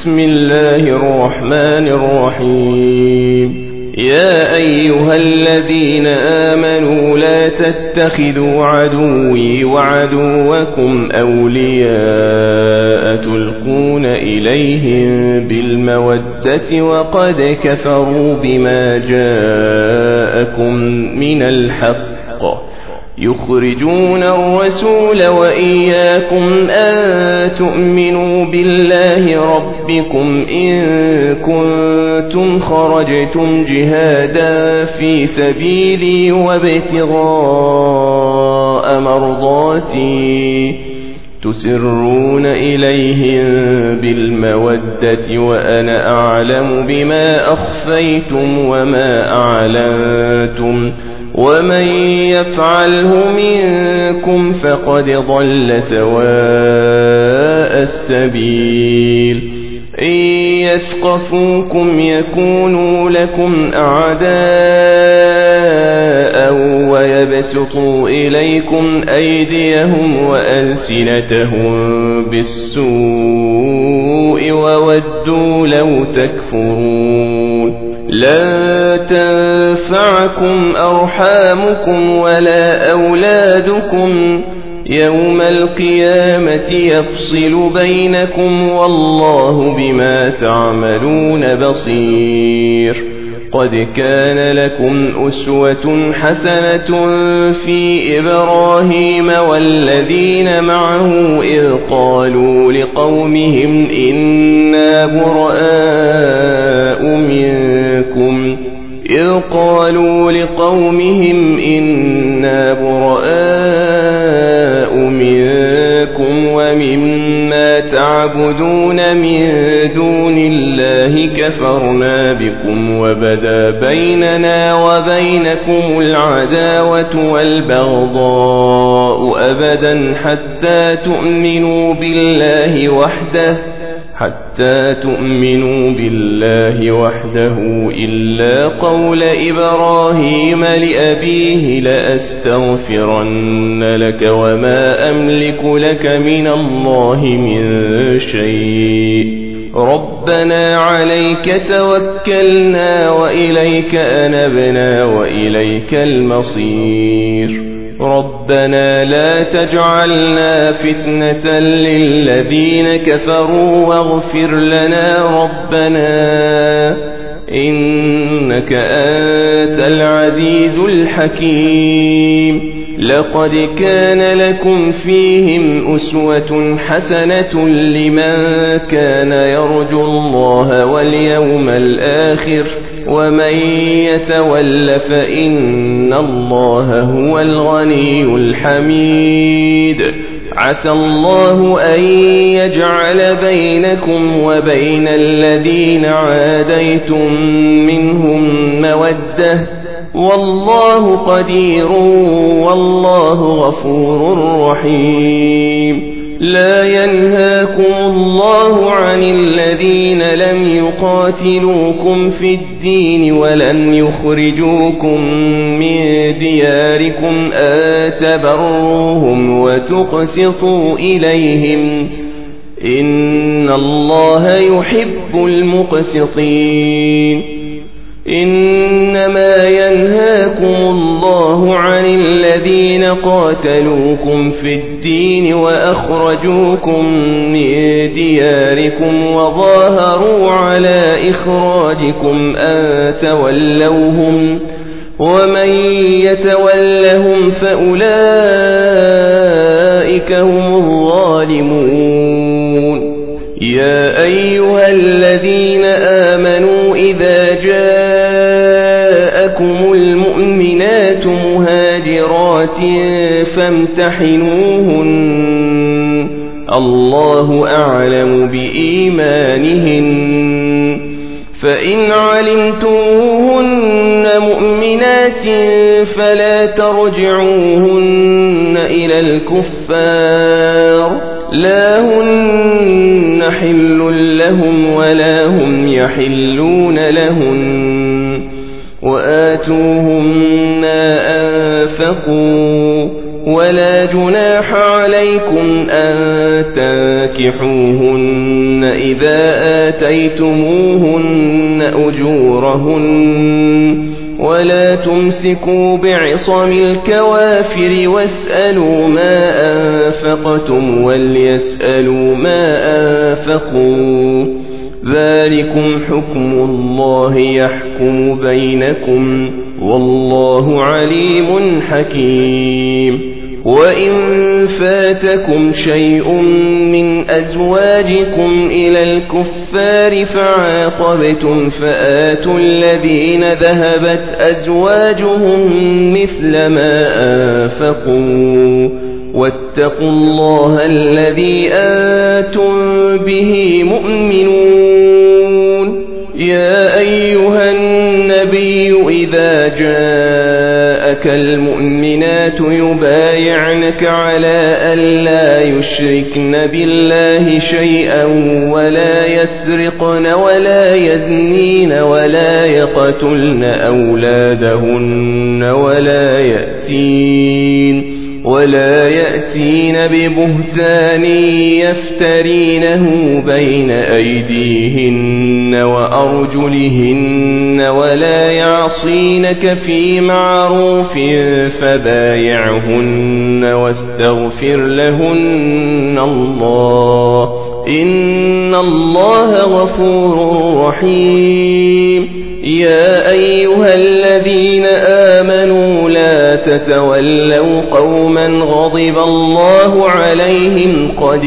بسم الله الرحمن الرحيم. يا أيها الذين آمنوا لا تتخذوا عدوي وعدوكم أولياء تلقون إليهم بالمودة وقد كفروا بما جاءكم من الحق يخرجون الرسول وإياكم أن تؤمنوا بالله ربكم إن كنتم خرجتم جهادا في سبيلي وابتغاء مرضاتي تسرون إليهم بالمودة وأنا أعلم بما أخفيتم وما أعلنتم ومن يفعله منكم فقد ضل سواء السبيل. إن يثقفوكم يكونوا لكم أعداء ويبسطوا إليكم أيديهم وألسنتهم بالسوء وودوا لو تكفرون. لن تنفعكم أرحامكم ولا أولادكم يوم القيامة يفصل بينكم والله بما تعملون بصير. قد كان لكم أسوة حسنة في إبراهيم والذين معه إذ قالوا لقومهم إنا براء منكم ومما تعبدون من دون الله كفرنا بكم وبدا بيننا وبينكم العداوة والبغضاء أبدا حتى تؤمنوا بالله وحده إلا قول إبراهيم لأبيه لأستغفرن لك وما أملك لك من الله من شيء. ربنا عليك توكلنا وإليك أنبنا وإليك المصير. ربنا لا تجعلنا فتنة للذين كفروا واغفر لنا ربنا إنك أنت العزيز الحكيم. لقد كان لكم فيهم أسوة حسنة لمن كان يرجو الله واليوم الآخر ومن يتول فإن الله هو الغني الحميد. عسى الله أن يجعل بينكم وبين الذين عاديتم منهم مودة والله قدير والله غفور رحيم. لا ينهاكم الله عن الذين لم يقاتلوكم في الدين ولم يخرجوكم من دياركم أن تبروهم وتقسطوا إليهم إن الله يحب المقسطين. إنما ينهاكم الله عن الذين قاتلوكم في الدين وأخرجوكم من دياركم وظاهروا على إخراجكم أن تولوهم ومن يتولهم فأولئك هم الظالمون. يا أيها الذين آمنوا إذا جاءكم المؤمنات مهاجرات فامتحنوهن الله أعلم بإيمانهن فإن علمتموهن مؤمنات فلا ترجعوهن إلى الكفار لا هن حل لهم ولا هم يحلون لهن وآتوهم ما أنفقوا ولا جناح عليكم أن تنكحوهن إذا آتيتموهن أجورهن ولا تمسكوا بعصم الكوافر واسألوا ما أنفقتم وليسألوا ما أنفقوا ذلكم حكم الله يحكم بينكم والله عليم حكيم وإن فاتكم شيء من أزواجكم إلى الكفار فعاقبتم فآتوا الذين ذهبت أزواجهم مثل ما أنفقوا واتقوا الله الذي أنتم به مؤمنون يا أيها النبي إذا جاءك المؤمنات يبايعنك على ألا يشركن بالله شيئا ولا يسرقن ولا يزنين ولا يقتلن أولادهن ولا يأتين ببهتان يفترينه بين أيديهن وأرجلهن ولا يعصينك في معروف فبايعهن واستغفر لهن الله إن الله غفور رحيم يا أيها الذين آمنوا لا تتولوا قوما غضب الله عليهم قد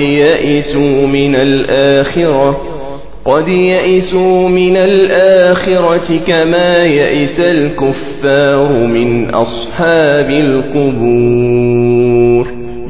يئسوا من الآخرة كما يئس الكفار من أصحاب القبور